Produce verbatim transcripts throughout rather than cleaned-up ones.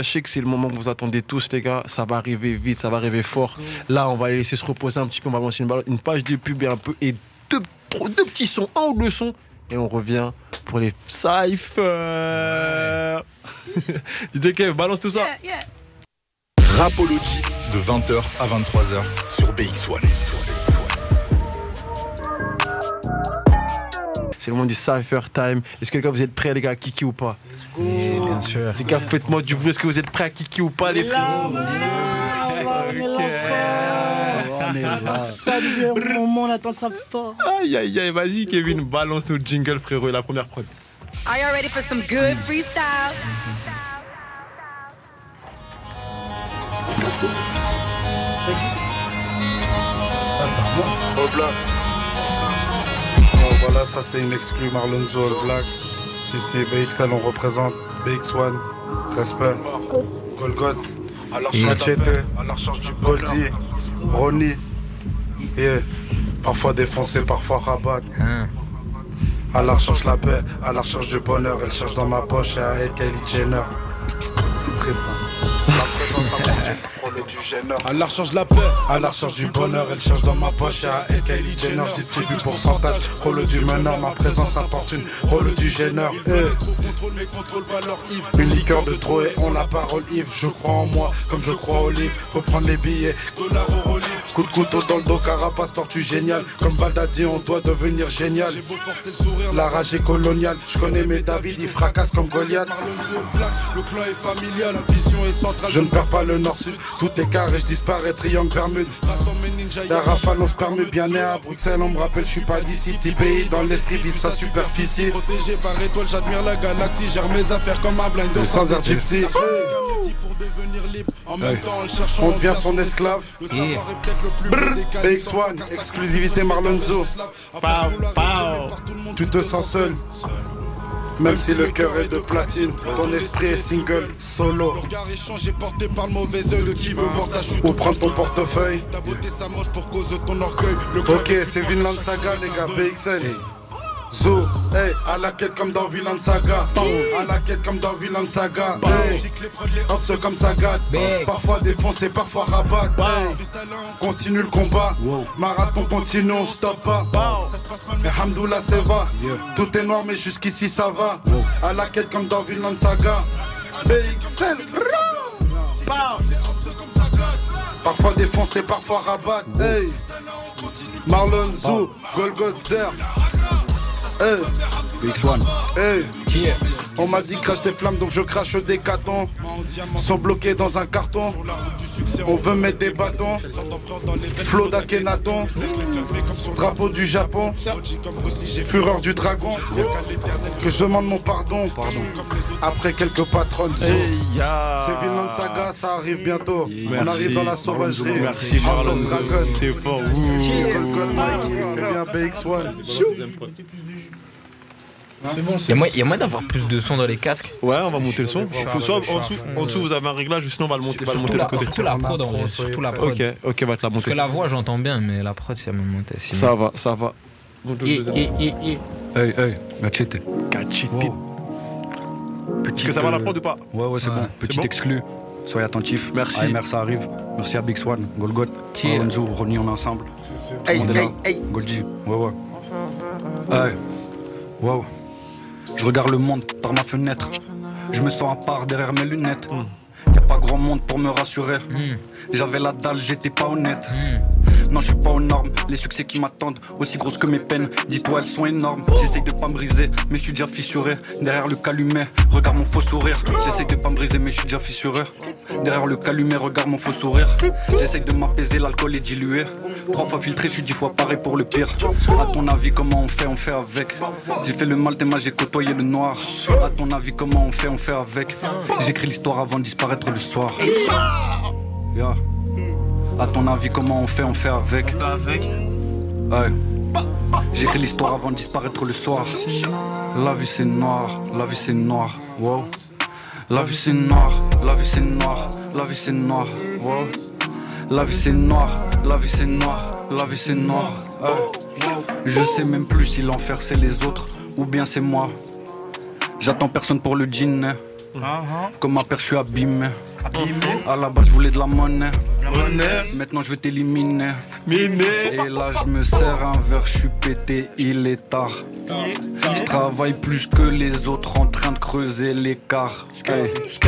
Je sais que c'est le moment que vous attendez tous, les gars. Ça va arriver vite, ça va arriver fort. Là, on va les laisser se reposer un petit peu. On va lancer une, une page de pub et un peu. Et deux, deux petits sons, un ou deux sons. Et on revient pour les cyphers. D J Kev, balance tout ça. Yeah, yeah. Rapology de vingt heures à vingt-trois heures sur B X one. C'est le moment du cypher time. Est-ce que les gars, vous êtes prêts, les gars, à kiki ou pas? Oui, bien sûr. Les gars, faites-moi du bruit. Est-ce que vous êtes prêts à kiki ou pas, les frérots? On est là. Ça devient un moment, on attend ça fort. Aïe, aïe, aïe, vas-y, Kevin, balance nos jingle, frérot, et la première prod. Are you ready for some good freestyle? Ah, ça remonte. All Black. Oh, voilà, ça c'est une exclue Marlonzo All Black. Si, si, B X L, on représente B X one. Respect. Golgot. Machete. Goldie. Ronnie. Yeah. Parfois défoncé, parfois rabat. Hein. À la recherche la paix, à la recherche du bonheur. Elle cherche dans ma poche et à elle Kylie Jenner. C'est triste, hein. À la recherche de la paix, à la recherche du bonheur. Elle cherche dans ma poche, à elle Kylie Jenner. Je distribue pourcentage, rôle du meneur. Ma présence apporte une rôle du gêneur. Une liqueur de trop et on la parole Yves. Je crois en moi comme je crois au livre. Faut prendre les billets, dollars au livre. Coup de couteau dans le dos, carapace, tortue génial. Comme Baldadi, on doit devenir génial. La rage est coloniale, je connais mes David, ils fracassent comme Goliath. Le clan est familial, la vision est centrale. Je ne perds pas le nord-sud, tout est carré, je disparais, triangle Bermude. La rafale, on se permet bien né à Bruxelles, on me rappelle, je suis pas d'ici. Petit pays dans l'esprit, vive sa superficie. Protégé par étoile, j'admire la galaxie, gère mes affaires comme un blind de sans air gypsy. Pour devenir libre, en même temps, en cherchant, on devient son esclave. Le savoir est peut-être le plus beau des cas. B X one, exclusivité Marlonzo. Pow, pow. Tu te sens seul. Même si le cœur est de platine, ton esprit est single, solo. Le regard échangé porté par le mauvais œil de qui veut voir ta chute. Ou prendre ton portefeuille. Ta beauté ça mange pour cause de ton orgueil. Ok, c'est Vinland Saga les gars, B X L. Zo, hey, à la quête comme dans Vinland Saga. À la quête comme dans Vinland Saga. Hey, ops comme Sagat. Parfois défoncé, parfois rabat. Continue le combat. Marathon continue, on stoppe pas. Mais Hamdoullah c'est va. Tout est noir mais jusqu'ici ça va. À la quête comme dans Vinland Saga. B X L. Parfois défoncé, parfois rabat. Hey, Marlon Zou, Golgotzer. Hey. B X one. Hey. Yeah. On m'a dit crache des flammes donc je crache des cartons. Sont bloqués dans un carton. On veut mettre des bâtons. Flo d'Akhenaton. Drapeau du Japon. Fureur du dragon. Que je demande mon pardon. Après quelques patronnes. Hey, yeah. C'est Vinland Saga, ça arrive bientôt. Merci. On arrive dans la sauvagerie. Merci Marlon. C'est fort. C'est bien B X one. C'est bon, c'est il y a moyen d'avoir plus de son dans les casques. Ouais, on va monter le son. Soit en dessous, en dessous vous avez un réglage, sinon on va le monter, va le monter de côté. Surtout la prod, en vrai, surtout la prod. Ok, ok, va te la monter. Parce que la voix j'entends bien, mais la prod c'est à me monter. Ça va, ça va. Et et et et. Hey hey, Machete. Cachete. Est-ce que ça va la prod ou pas? Ouais ouais c'est bon. Petit exclu. Soyez attentifs. Merci. A M R ça arrive. Merci à B X one, Golgot, Alonso, Ronnie on est ensemble. Hey, hey, hey. Goldie. Ouais ouais. Hey. Wow. Je regarde le monde par ma fenêtre. Je me sens à part derrière mes lunettes. Y'a pas grand monde pour me rassurer. J'avais la dalle, j'étais pas honnête. Non, je suis pas aux normes. Les succès qui m'attendent, aussi grosses que mes peines. Dis-toi, elles sont énormes. J'essaye de pas me briser, mais je suis déjà fissuré. Derrière le calumet, regarde mon faux sourire. J'essaye de pas me briser, mais je suis déjà fissuré. Derrière le calumet, regarde mon faux sourire. J'essaye de m'apaiser, l'alcool est dilué. Trois fois filtré, je suis dix fois pareil pour le pire. À ton avis, comment on fait, on fait avec. J'ai fait le mal, t'es mal, j'ai côtoyé le noir. À ton avis, comment on fait, on fait avec. J'écris l'histoire avant de disparaître le soir. Yeah. À ton avis, comment on fait, on fait avec. Ouais. J'écris l'histoire avant de disparaître le soir. La vie c'est noir, la vie c'est noir. Wow. La vie c'est noir, la vie c'est noir, la vie c'est noir. Wow. La vie c'est noir, la vie c'est noir, la vie c'est noir. Ouais. Je sais même plus si l'enfer c'est les autres ou bien c'est moi. J'attends personne pour le dîner. Uh-huh. Comme ma père, je suis abîmé. Abîmé. À la base, je voulais de la monnaie. La monnaie. Maintenant, je vais t'éliminer. Miné. Et là, je me sers un verre, je suis pété, il est tard. Je travaille plus que les autres en train de creuser l'écart. Hey.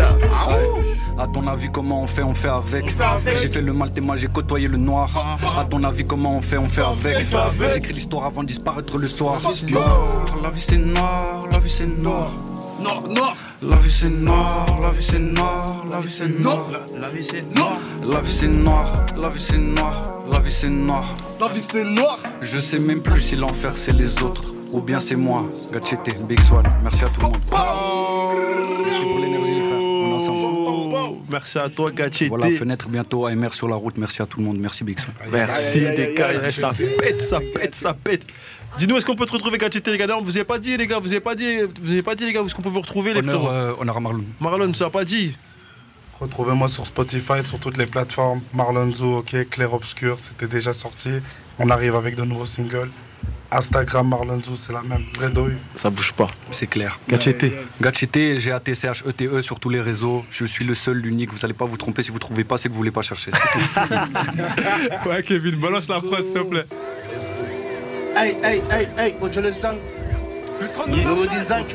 À ton avis, comment on fait? On fait avec. J'ai fait le mal, t'es moi, j'ai côtoyé le noir. À ton avis, comment on fait? On fait avec. J'écris l'histoire avant de disparaître le soir. La vie c'est noir, la vie c'est noir. Noir, noir. La vie c'est noir, la vie c'est noir, la vie c'est noir. La vie c'est noir. La vie c'est noir, la vie c'est noir, la vie c'est noir. La vie c'est noir. Je sais même plus si l'enfer c'est les autres ou bien c'est moi. Gachete, Big Swan, merci à tout le monde. Merci pour l'énergie les frères, on est ensemble. Merci à toi Gachete. Voilà, fenêtre bientôt, A M R sur la route, merci à tout le monde, merci Big Swan. Merci les gars, ça pète, ça pète, ça pète. Dis-nous, est-ce qu'on peut te retrouver Gachete les gars? D'ailleurs, vous avez pas dit les gars, vous avez pas dit, vous avez pas dit les gars, où est-ce qu'on peut vous retrouver les honneur, euh, honneur à Marlon. Marlon, ça a pas dit. Retrouvez-moi sur Spotify, sur toutes les plateformes. Marlonzo, ok, Clair Obscur, c'était déjà sorti. On arrive avec de nouveaux singles. Instagram, Marlonzo, c'est la même. Redoy. Ça bouge pas. C'est clair. Gachete. Gachete, G A T C H E T E sur tous les réseaux. Je suis le seul, l'unique. Vous allez pas vous tromper. Si vous trouvez pas, c'est que vous voulez pas chercher. C'est tout. Ouais, Kevin, balance la prod, s'il te plaît. Hey, hey, hey, hey, Ojo le sang. Nouveau design.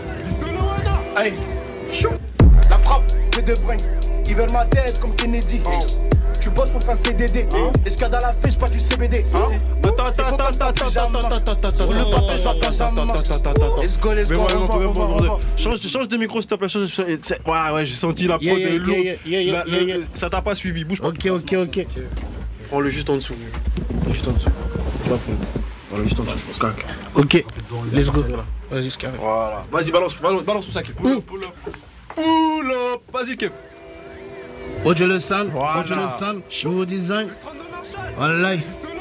Hey, chou. La frappe de De Bruyne. Ils veulent ma tête comme Kennedy. Tu bosses pour faire un C D D. Est-ce qu'il y a dans la fiche, pas du C B D? Attends, attends, attends, attends, attends, attends, attends, Sur le papier, soit Benjamin. Let's go, let's go, on va, on va, on va. Change, change de micro, s'il te plaît. Change, change, ouais, ouais, j'ai senti la prod Yeah, yeah, lourde. yeah, yeah, yeah, La- yeah, le- yeah. Ça t'a pas suivi, bouge pas. Ok, ok, ok. Prends-le juste en dessous. Juste en dessous. Tu vas fondre. Voilà, juste en dessous. Cac. Ok, let's go. Vas-y, c'est carré. Voilà. Vas-y, balance, balance, balance tout ça, Kev. Pull up. Pull up. Vas-y, Kev. Ojo le sang, Ojo le sang, nouveau design. Voilà.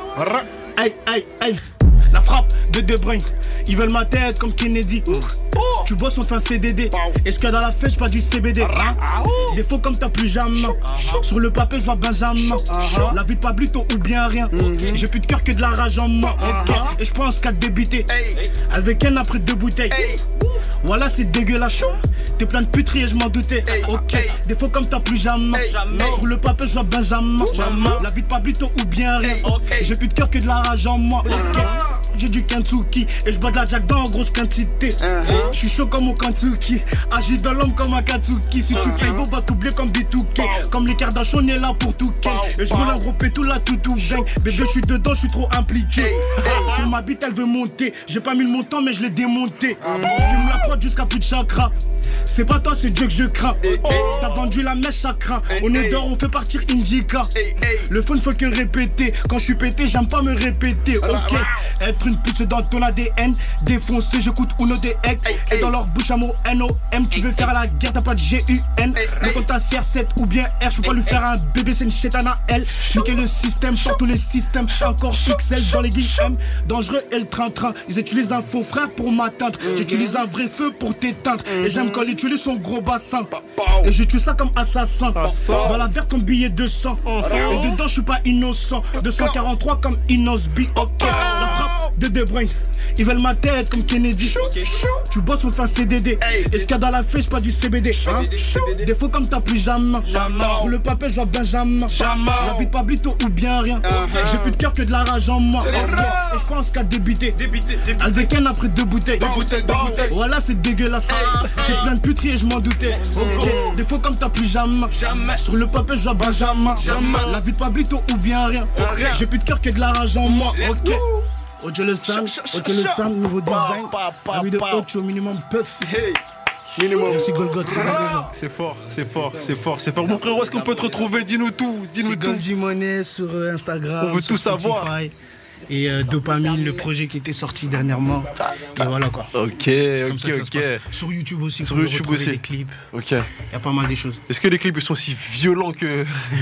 Aïe, aïe, aïe. La frappe de De Bruyne. Ils veulent ma tête comme Kennedy. Tu bosses, on fait un C D D. Est-ce qu'il y a dans la fête, pas du C B D? Défaut comme t'as plus jamais. Sur le papier, je vois Benjamin. La vie de Pablito ou bien rien. J'ai plus de cœur que de la rage en moi. Et je pense qu'à débiter. Avec un après deux bouteilles. Voilà, c'est dégueulasse. T'es plein de puteries et je m'en doutais. Ok, défaut comme t'as plus jamais. Sur le papier, je vois Benjamin. La vie de Pablito ou bien rien. J'ai plus de cœur que de la rage en moi. J'ai du Kentucky et je bois de la Jack dans en grosse quantité. Je suis chaud comme au Kentucky, agis dans l'homme comme un Katsuki. Si tu fais beau, va t'oublier comme B deux K. Comme les Kardashian, on est là pour tout ken. Et je roule un gros pétou là tout tout bang. Bébé, je suis dedans, je suis trop impliqué. Sur ma bite, elle veut monter. J'ai pas mis le montant, mais je l'ai démonté. Fume la prod jusqu'à plus de chakra. C'est pas toi, c'est Dieu que je crains. T'as vendu la mèche chakra. On est dehors, on fait partir Indica. Le fun faut que répéter. Quand je suis pété, j'aime pas me répéter. Ok, être une pute dans ton A D N. Défoncé, j'écoute Uno D X. Et dans leur bouche, amour N O M. Tu veux faire la guerre, t'as pas de G U N. Le compte à C R sept ou bien R. Je peux pas lui faire un bébé, c'est une chétana L. Niquer le système, sur tous les systèmes. Encore X L dans les guillemets. Dangereux et le train-train. Ils utilisent un faux frère pour m'atteindre. J'utilise un vrai feu pour t'éteindre. Et j'aime quand ils utilisent son gros bassin. Et je tue ça comme assassin. Dans la verte comme billet de sang. Et dedans, je suis pas innocent. deux cent quarante-trois comme Inosby. Ok, la frappe de De Bruyne. Ils veulent ma tête comme Kennedy. Tu bosses, on fait un C D D. Est-ce qu'il y a dans la fête, pas du C B D? Hein? Défaut comme t'as plus jamais. Sur le papier, je vois Benjamin. La vie de Pablito ou bien rien. J'ai plus de cœur que de la rage en moi. Et je pense qu'à débiter. Avec un après deux bouteilles. Voilà, c'est dégueulasse. T'es plein de puteries et je m'en doutais. Ok, défaut comme t'as plus jamais. Sur le papier, je vois Benjamin. La vie de Pablito ou bien rien. J'ai plus de cœur que de la rage en moi. Ok. Ojo le sang, Ojo le sang, nouveau design. La vie de Ocho, minimum puff. Minimum. Merci Golgoth, c'est pas C'est fort, c'est fort, c'est fort, c'est fort. Mon frère, où est-ce qu'on peut te retrouver? Dis-nous tout, dis-nous tout. Goldie Money sur euh, Instagram. On veut sur tout savoir. Spotify. Et euh, Dopamine, le projet qui était sorti dernièrement. Et voilà quoi. Ok, C'est comme ok, ça que ça se ok. passe. Sur YouTube aussi, Sur vous pouvez YouTube retrouver aussi. des clips. Ok. Il y a pas mal des choses. Est-ce que les clips sont si violents que.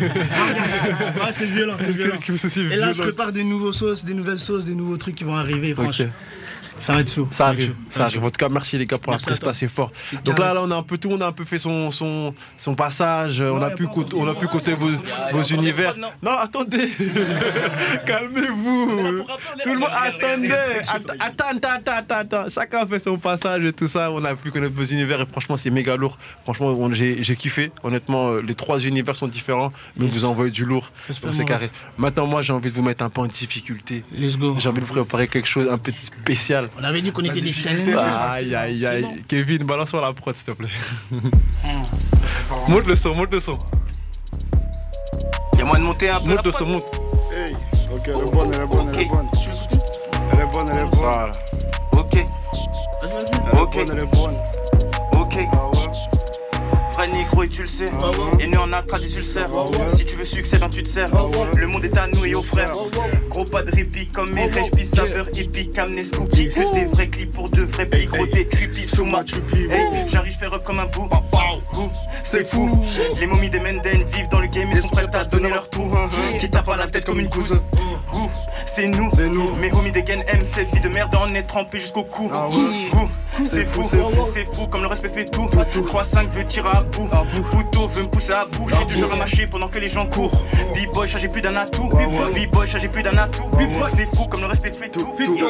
Ah, c'est violent, c'est Est-ce que violent. les clips sont si Et là, je violents? prépare des nouveaux sauces, des nouvelles sauces, des nouveaux trucs qui vont arriver, franchement. Ça va être chaud. Ça arrive, ça arrive. En tout cas, merci les gars pour merci la presta, c'est fort. Donc là, là, on a un peu tout, on a un peu fait son, son, son passage, ouais, on a pu côté, on a pu côté vos, vos univers. Non, non attendez, calmez-vous. Tout le monde, attendez, attends, attends, attends, attends. Chacun a fait son passage et tout ça. On a pu connaître vos univers et franchement, c'est méga lourd. Franchement, j'ai, j'ai kiffé. Honnêtement, les trois univers sont différents, mais vous envoyez du lourd. Donc c'est carré. Maintenant, moi, j'ai envie de vous mettre un peu en difficulté. Let's go. J'ai envie de vous préparer quelque chose un peu spécial. On avait dit qu'on était des challenges. Aïe, aïe, aïe. Bon. Kevin, balance-moi la prod, s'il te plaît. Monte le son, monte le son. Y'a moyen de monter un peu. Monte le son, monte. Hey, ok, elle est bonne, elle est bonne, okay. Elle est bonne. Elle est bonne, elle est bonne. Voilà. Ok. Vas-y, vas-y. Elle ok. est bonne, elle est bonne. Ok. Ah ouais. Vrai négro et tu le sais, ah ouais. Et né en Accra des ulcères, ah ouais. Si tu veux succès ben tu te sers, ah ouais. Le monde est à nous et aux frères, ah ouais. Gros pas de répit comme mes rêches, bis saveur épique, amenez cookie, que des vrais clips pour de vrais pics, gros des trippy sous ma trippy, hey, j'arrive faire up comme un bout, c'est fou, les momies des Menden vivent dans le game et sont prêtes à donner leur tout, qui tape à la tête comme une gousse. C'est nous, c'est nous, mes homies des gaines aiment cette vie de merde, on est trempé jusqu'au cou. Ah ouais. C'est fou, c'est fou, c'est fou, comme le respect fait tout. trois cinq veut tirer à bout, Pouto veut me pousser à bout. Je suis toujours à mâcher pendant que les gens courent. B-boy, j'ai plus d'un atout. B-boy, j'ai plus d'un atout. C'est fou, comme le respect fait tout. C'est fou,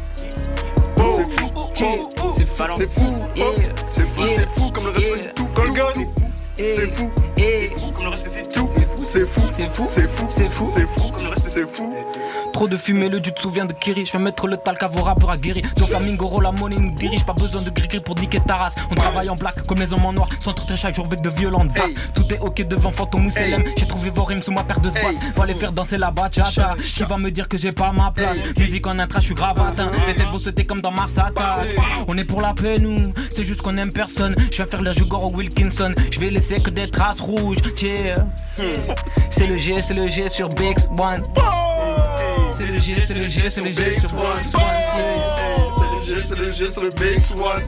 c'est fou, c'est fou, c'est fou, c'est fou, comme le respect fait tout. C'est fou, c'est fou, comme le respect fait tout. C'est fou, c'est fou, c'est fou, c'est fou, c'est fou, comme le respect c'est fou. Trop de fumée, le dieu te souviens de Kiri. Je vais mettre le talc à vos rappeurs aguerris. Ton flamingo, la monnaie nous dirige. Pas besoin de gris-gris pour niquer ta race. On travaille en black comme les hommes en noir. S'entretenir chaque jour avec de violentes dates. Tout est ok devant Fantôme ou Selem. J'ai trouvé vos rimes sous ma paire de squats. Va les faire danser la bachata. Qui va me dire que j'ai pas ma place? Musique en intra, je suis grave atteint. Tes têtes vont sauter comme dans Mars Attack. On est pour la paix, nous. C'est juste qu'on aime personne. Je vais faire le Jugor au Wilkinson. Je vais laisser que des traces rouges. Yeah. C'est le G, c'est le G sur B X one. C'est le G, c'est le G, c'est le G sur B X one. C'est le G, c'est le G sur le B X one.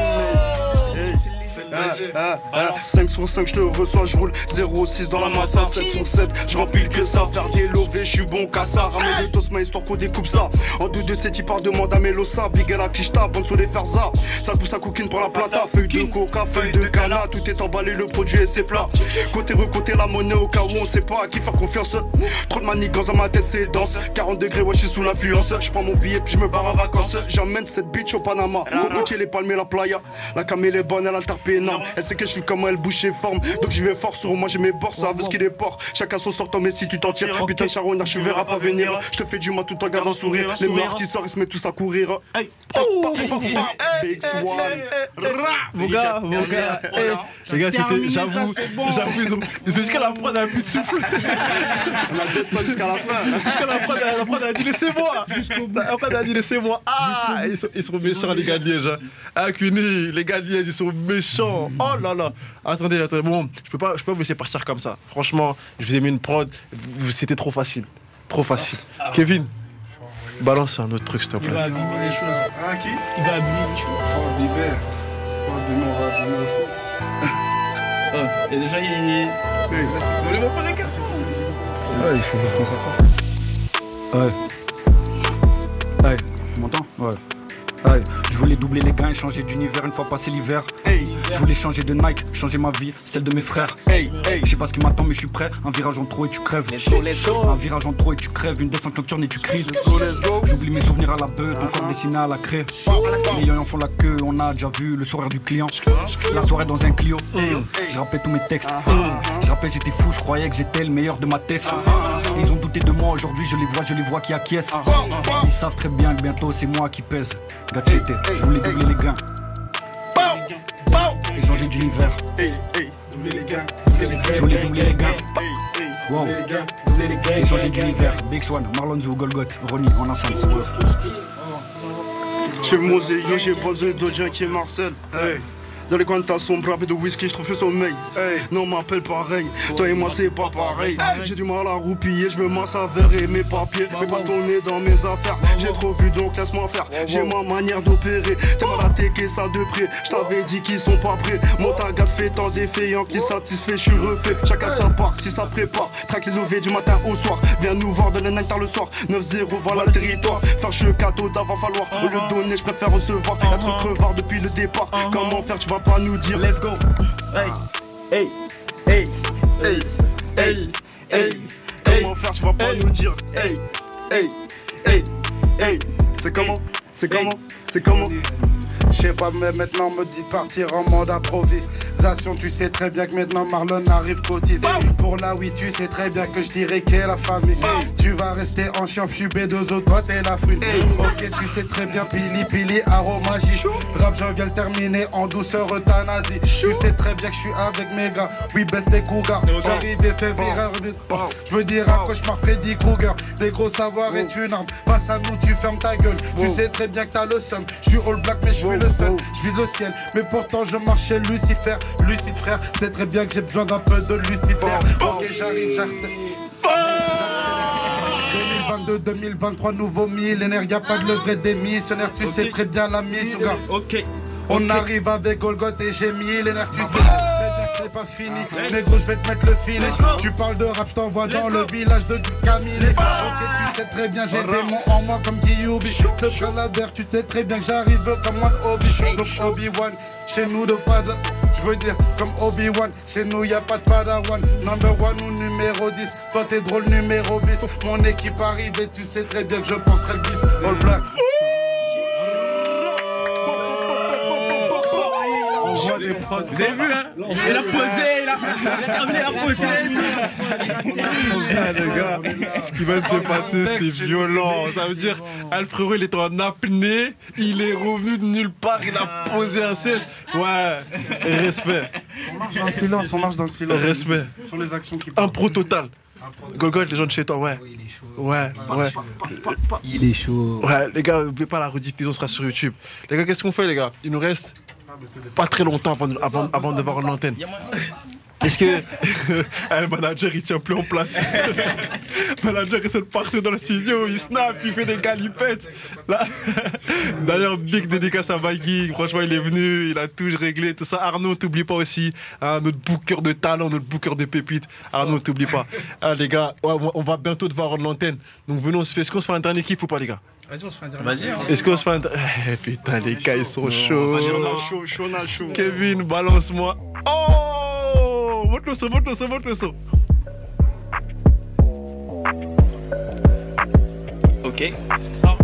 Ah, ah, ah. cinq sur cinq, je te reçois, je roule zéro six dans la massa. Sept sur sept, je remplis que ça. Faire des lovés, je suis bon qu'à ça. Ramène le tosma histoire qu'on découpe ça. En deux deux sept, il part demande à Melosa. Big et la Kishta, bande sur les Ferza. Ça pousse à coquine pour la plata. Feuille de coca, feuille de cana. Tout est emballé, le produit et c'est plat. Côté recompter la monnaie au cas où on sait pas à qui faire confiance. Trop de manigances dans ma tête, c'est dense. quarante degrés, ouais, je suis sous l'influence. Je prends mon billet puis je me barre en vacances. J'emmène cette bitch au Panama. Gauthier les palmiers, la playa. La camée est bonne, elle interpelle. Non, elle sait que je suis comment elle bouge ses formes. Donc j'y vais fort sur moi, j'ai mes bords, ça veut ce qu'il est port. Chacun son sortant, mais si tu t'en tires, okay. Putain, Charon, je verrai pas venir. Je te fais du mal tout en gardant sourire. Les meilleurs artistes, ils se mettent tous à courir. Hey, B X one. Mon gars, mon gars, les gars, c'était, j'avoue, j'avoue, ils ont, ils ont jusqu'à la prod un but de souffle. On a fait ça jusqu'à la fin. Jusqu'à la prod, la prod a dit laissez-moi. La prod a dit laissez-moi. Ah, ils sont, ils sont méchants, les gars de Liège. Ah, Cuny, les gars de Liège, ils sont méchants. Oh là là. Attendez, attendez. Bon, je peux pas, je peux pas vous laisser partir comme ça. Franchement, je vous ai mis une prod. C'était trop facile. Trop facile. Ah. Kevin, balance un autre truc, s'il te plaît. Il va abîmer les choses. Ah, qui? Il va abîmer les choses. Oh, l'hiver. Oh, demain, on va abîmer aussi. Oh, et déjà, il. Ne lève pas la casse. Ouais, il faut faire ça. Ouais. Ouais. Tu m'entends? Ouais. Ouais. Je voulais doubler les gains et changer d'univers une fois passé l'hiver. Hey. Je voulais changer de Nike, changer ma vie, celle de mes frères. Hey. Hey. Je sais pas ce qui m'attend mais je suis prêt. Un virage en trop et tu crèves. Un virage en trop et tu crèves. Une descente nocturne et tu cries. J'oublie mes souvenirs à la beute, encore dessiné à la craie. Les yoyons font la queue, on a déjà vu le sourire du client. La soirée dans un Clio. Je rappelle tous mes textes. Je rappelle j'étais fou, je croyais que j'étais le meilleur de ma thèse. Ils ont douté de moi aujourd'hui, je les vois, je les vois qui acquiescent. Ils savent très bien que bientôt c'est moi qui pèse. Gâchette, je voulais doubler les gains. Et changer d'univers. Je voulais doubler les gains. Wow. Et changer d'univers. B X one, Marlon Zou, Golgoth, Ronnie, en ensemble. J'ai mon zéyo, j'ai besoin d'Odien qui est Marcel. Hey. Dans les coins de ta sombre, un peu de whisky, je trouve le sommeil. Hey. Non, on m'appelle pareil. Toi et moi, c'est pas pareil. Hey. J'ai du mal à roupiller, je veux ma saveur et mes papiers. Mais pas ton nez dans mes affaires. J'ai trop vu, donc laisse-moi faire. J'ai ma manière d'opérer. T'es mal à tequer ça de près. Je t'avais dit qu'ils sont pas prêts. Mon tagat fait tant d'effets. Un petit satisfait, je suis refait. Chacun sa part, si ça prépare. Traque les levées du matin au soir. Viens nous voir de la night tard le soir. neuf zéro, voilà le territoire. Faire cheveux cadeau d'avant falloir. Au lieu de donner, je préfère recevoir. Être crevard depuis le départ. Comment faire, tu vas pas nous dire. Let's go. Hey, hey, hey, hey, hey, hey, hey. Comment faire, tu vas pas nous dire. Hey, hey, hey, hey. C'est comment, c'est comment, c'est comment. Je sais pas, mais maintenant me dit de partir en mode improvisation. Tu sais très bien que maintenant Marlon arrive cotise. Pour la oui, tu sais très bien que je dirais qu'est la famille. Tu vas rester en chien, je suis B deux O, toi t'es la fruine. Ok, tu sais très bien, pili pili, aromagie. Rap, je viens le terminer en douceur euthanasie. Tu sais très bien que je suis avec mes gars. Oui, baisse tes cougars. J'arrive et fais virer. Je veux dire un cauchemar, Freddy Krueger. Des gros savoirs est une arme. Face à nous, tu fermes ta gueule. Tu sais très bien que t'as le seum. Je suis all black, mais je suis le seul. Je vise au ciel, mais pourtant je marche chez Lucifer. Lucide frère, c'est très bien que j'ai besoin d'un peu de lucidaire. Ok, j'arrive, j'accélère. deux mille vingt-deux deux mille vingt-trois, nouveau millénaire. Y'a pas de levré des missionnaires. Tu sais très bien la mission, gars. Ok. On okay. arrive avec Golgoth et j'ai millénaire, tu sais très bien que c'est pas fini. Négro, je vais te mettre le finish. Tu parles de rap, je t'envoie dans le village de Camille. Ok, tu sais très bien, j'ai des démons en moi comme Kyubi. Ce sera la verre, tu sais très bien que j'arrive comme One Obi. Donc Obi-Wan, chez nous de pas de... Je veux dire, comme Obi-Wan, chez nous y'a pas de padawan. Number one ou numéro dix, toi t'es drôle numéro bis. Mon équipe arrive et tu sais très bien que je penserai le bis. All black. Des prods. Vous avez vu, hein? Il a posé, il a, il a terminé la posée. Ah, les gars, ce qui va se passer, c'était violent. Ça veut dire, Al frérot, il était en apnée, il est revenu de nulle part, il a posé un set. Ouais, respect. On marche dans le silence, on marche dans le silence. Respect. Ce sont les actions qui. Un pro total. Golgoth, les gens de chez toi, ouais. Ouais, ouais. Il est chaud. Ouais, les gars, n'oubliez pas la rediffusion sera sur YouTube. Les gars, qu'est-ce qu'on fait, les gars? Il nous reste pas très longtemps avant de, avant, avant de voir l'antenne. Est-ce que le manager il tient plus en place? Le manager il saute partout dans le studio, il snap, il fait des galipettes. Là. D'ailleurs, big dédicace à Mikey, franchement il est venu, il a tout réglé, tout ça. Arnaud, t'oublie pas aussi, hein, notre booker de talent, notre booker de pépites. Arnaud, t'oublie pas. Ah, les gars, on va bientôt devoir l'antenne. Donc venons, on se fait, est-ce qu'on se fait un dernier kiff ou pas, les gars? Vas-y, on se fait un dernier. Vas-y. Hein. Est-ce qu'on se fait un dernier? Eh, putain, les gars, ils sont chauds. Vas-y, on a chaud, chaud, on a chaud. Kevin, balance-moi. Oh! Monte le son, monte le son, monte le son. Ok. C'est ça.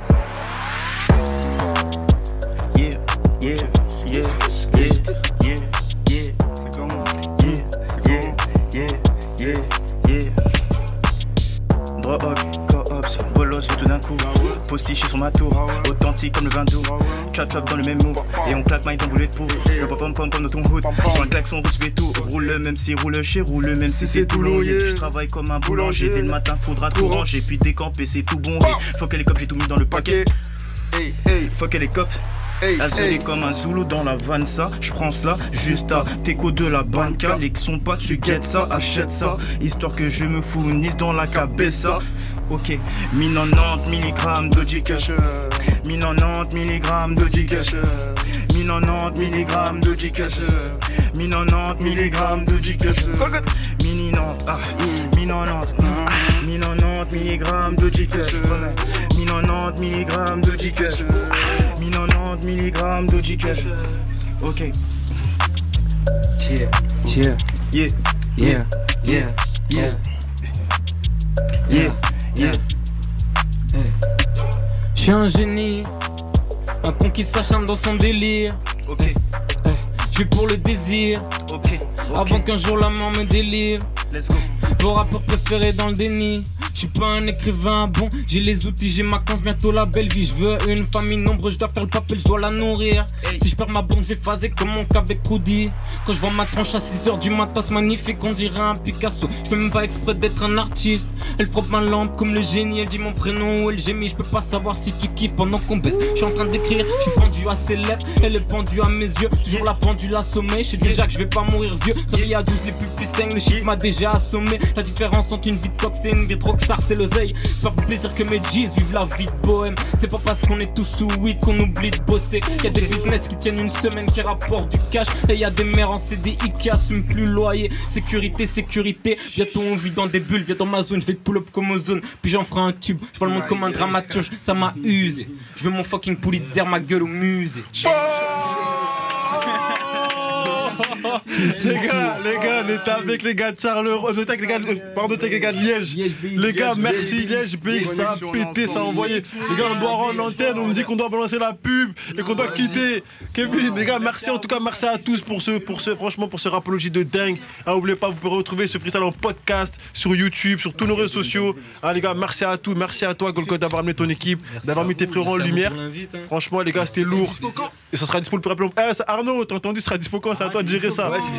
Yeah, yeah, yeah, yeah, yeah, yeah. C'est comment? Yeah, yeah, yeah, yeah, yeah. Drogue, co-ops, bolos, tout d'un coup. Postiché sur ma tour, authentique comme le vin doux. Chop chop dans le même move, et on claque maille dans boulet de peau. Le pom pom pom pom dans ton hood. Sur un klaxon route, tu tout. Roule même si roule chez roule, même si c'est tout long. Je travaille comme un boulanger, dès le matin faudra tout ranger. Puis décamper, c'est tout bon. Faut qu'elle est cop, j'ai tout mis dans le paquet. Faut qu'elle est cop. Azélé comme un Zoulou dans la vanne, ça. J'prends cela juste à Teco de la banca. Les sont pas, tu guettes ça, achète ça. Histoire que je me fournisse dans la cabessa. Ok, mille quatre-vingt-dix milligrammes de G-Cash. mille quatre-vingt-dix milligrammes de G-Cash. mille quatre-vingt-dix milligrammes de G-Cash. mille quatre-vingt-dix milligrammes de G-Cash. Mini Nantes, ah, mille quatre-vingt-dix, mille quatre-vingt-dix milligrammes de G-Cash. mille quatre-vingt-dix milligrammes de G-Cash. mille quatre-vingt-dix milligrammes de G-Cash. Ok. Yeah, yeah, yeah, yeah, yeah, yeah, yeah, yeah. Je suis un génie, un con qui s'acharne dans son délire. Ok. Je suis pour le désir. Ok. Avant qu'un jour la mort me délivre. Let's go. Vos rappeurs préférés dans le déni. Je suis pas un écrivain bon, j'ai les outils, j'ai ma cance, bientôt la belle vie. Je veux une famille nombreuse, je dois faire le papel, je dois la nourrir. Si je perds ma bombe, je vais phaser comme mon cas avec Rudy. Quand je vois ma tronche à six heures du matin, c'est magnifique, on dirait un Picasso. Je fais même pas exprès d'être un artiste. Elle frappe ma lampe comme le génie, elle dit mon prénom ou elle gémit. Je peux pas savoir si tu kiffes pendant qu'on baisse. Je suis en train d'écrire, je suis pendu à ses lèvres, elle est pendue à mes yeux. Toujours la pendule à sommeil, je sais déjà que je vais pas mourir vieux. Réveillé à douze, les pupilles saignent, le shit m'a déjà assommé. La différence entre une vie de cox et une vie de rockstar, c'est l'oseille. C'est pas pour plaisir que mes G's vivent la vie de bohème. C'est pas parce qu'on est tous sous weed qu'on oublie de bosser. Y'a des business qui tiennent une semaine, qui rapportent du cash. Et y'a des mères en C D I qui assument plus le loyer. Sécurité, sécurité, bientôt on vit dans des bulles. Viens dans ma zone, je vais te pull up comme ozone. Puis j'en ferai un tube, je vois le monde comme un dramaturge. Ça m'a usé, je veux mon fucking Pulitzer, ma gueule au musée. Les gars, les gars, on était avec les gars de Charleroi, on était avec les gars de, pardon, avec les gars de Liège. Les gars, merci Liège, B X, ça a pété, ça a envoyé. Les gars, on doit rendre l'antenne, on me dit qu'on doit balancer la pub et qu'on doit quitter. Kevin, les gars, merci en tout cas, merci à tous pour ce, pour ce, franchement, pour ce rapologie de dingue. Ah, n'oubliez pas, vous pouvez retrouver ce freestyle en podcast sur YouTube, sur tous nos réseaux sociaux. Ah, les gars, merci à tous, merci à toi, Golgot, d'avoir amené ton équipe, d'avoir mis tes frérots en lumière. Franchement, les gars, c'était lourd. Et ça sera dispo le plus rapidement. Eh, Arnaud, t'as entendu, ça sera dispo quand? C'est à toi de gérer ça.